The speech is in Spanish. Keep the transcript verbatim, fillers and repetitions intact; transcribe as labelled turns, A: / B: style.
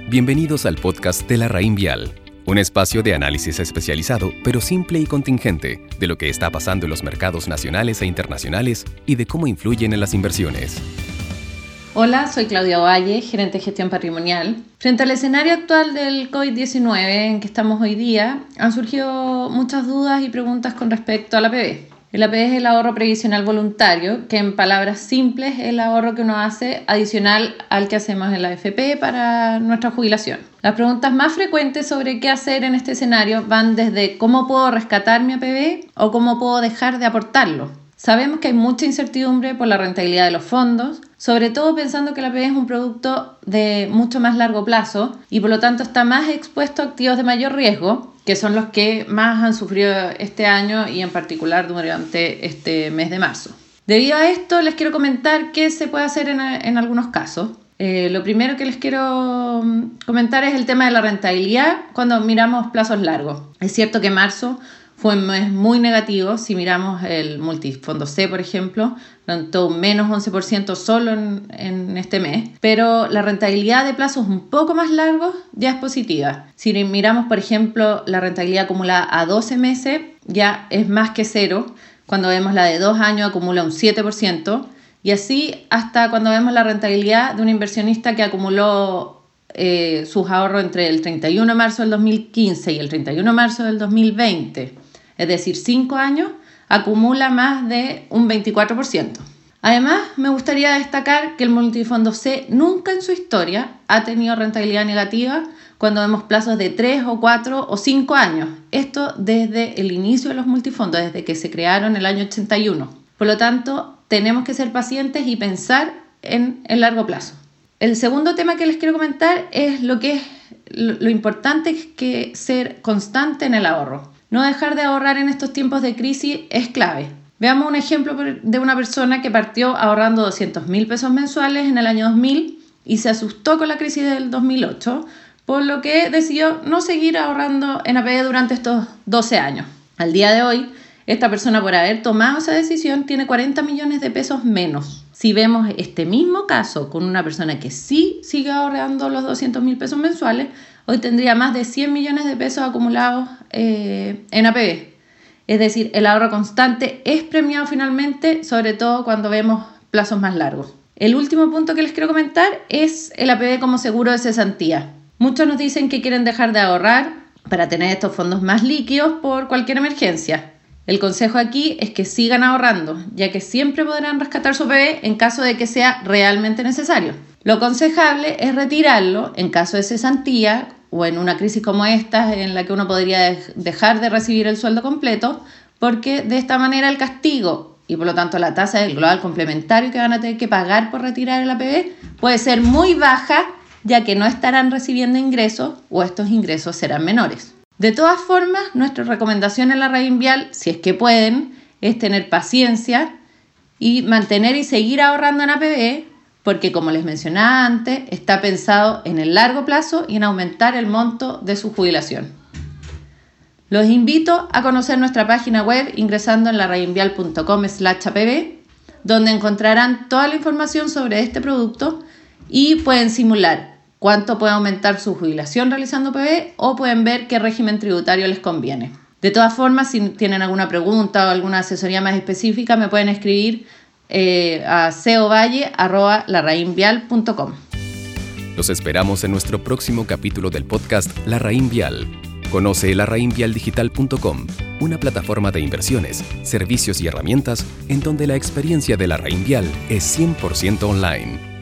A: Bienvenidos al podcast de Larraín Vial, un espacio de análisis especializado, pero simple y contingente, de lo que está pasando en los mercados nacionales e internacionales y de cómo influyen en las inversiones.
B: Hola, soy Claudia Ovalle, gerente de gestión patrimonial. Frente al escenario actual del COVID diecinueve en que estamos hoy día, han surgido muchas dudas y preguntas con respecto al A P B. El A P B es el ahorro previsional voluntario, que en palabras simples es el ahorro que uno hace adicional al que hacemos en la A F P para nuestra jubilación. Las preguntas más frecuentes sobre qué hacer en este escenario van desde cómo puedo rescatar mi A P B o cómo puedo dejar de aportarlo. Sabemos que hay mucha incertidumbre por la rentabilidad de los fondos, sobre todo pensando que el A P B es un producto de mucho más largo plazo y por lo tanto está más expuesto a activos de mayor riesgo, que son los que más han sufrido este año y en particular durante este mes de marzo. Debido a esto, les quiero comentar qué se puede hacer en, en algunos casos. Eh, lo primero que les quiero comentar es el tema de la rentabilidad cuando miramos plazos largos. Es cierto que marzo fue un mes muy negativo. Si miramos el multifondo C, por ejemplo, rentó un menos once por ciento solo en, en este mes, pero la rentabilidad de plazos un poco más largos ya es positiva. Si miramos, por ejemplo, la rentabilidad acumulada a doce meses, ya es más que cero. Cuando vemos la de dos años acumula un siete por ciento y así hasta cuando vemos la rentabilidad de un inversionista que acumuló eh, sus ahorros entre el treinta y uno de marzo del dos mil quince y el treinta y uno de marzo del dos mil veinte. Es decir, cinco años, acumula más de un veinticuatro por ciento. Además, me gustaría destacar que el multifondo C nunca en su historia ha tenido rentabilidad negativa cuando vemos plazos de tres o cuatro o cinco años. Esto desde el inicio de los multifondos, desde que se crearon en el año ochenta y uno. Por lo tanto, tenemos que ser pacientes y pensar en el largo plazo. El segundo tema que les quiero comentar es lo que es lo importante es que ser constante en el ahorro. No dejar de ahorrar en estos tiempos de crisis es clave. Veamos un ejemplo de una persona que partió ahorrando doscientos mil pesos mensuales en el año dos mil y se asustó con la crisis del dos mil ocho, por lo que decidió no seguir ahorrando en A P B durante estos doce años. Al día de hoy, esta persona, por haber tomado esa decisión, tiene cuarenta millones de pesos menos. Si vemos este mismo caso con una persona que sí sigue ahorrando los doscientos mil pesos mensuales, hoy tendría más de cien millones de pesos acumulados eh, en A P B. Es decir, el ahorro constante es premiado finalmente, sobre todo cuando vemos plazos más largos. El último punto que les quiero comentar es el A P B como seguro de cesantía. Muchos nos dicen que quieren dejar de ahorrar para tener estos fondos más líquidos por cualquier emergencia. El consejo aquí es que sigan ahorrando, ya que siempre podrán rescatar su A P B en caso de que sea realmente necesario. Lo aconsejable es retirarlo en caso de cesantía o en una crisis como esta en la que uno podría dejar de recibir el sueldo completo, porque de esta manera el castigo y por lo tanto la tasa del global complementario que van a tener que pagar por retirar el A P B puede ser muy baja, ya que no estarán recibiendo ingresos o estos ingresos serán menores. De todas formas, nuestra recomendación en Larraín Vial, si es que pueden, es tener paciencia y mantener y seguir ahorrando en A P B, porque como les mencionaba antes, está pensado en el largo plazo y en aumentar el monto de su jubilación. Los invito a conocer nuestra página web ingresando en larrainvial punto com slash A P B, donde encontrarán toda la información sobre este producto y pueden simular cuánto puede aumentar su jubilación realizando A P B o pueden ver qué régimen tributario les conviene. De todas formas, si tienen alguna pregunta o alguna asesoría más específica, me pueden escribir eh, a covalle arroba larrainvial punto com.
A: Los esperamos en nuestro próximo capítulo del podcast Larraín Vial. Conoce larraín vial digital punto com, una plataforma de inversiones, servicios y herramientas en donde la experiencia de Larraín Vial es cien por ciento online.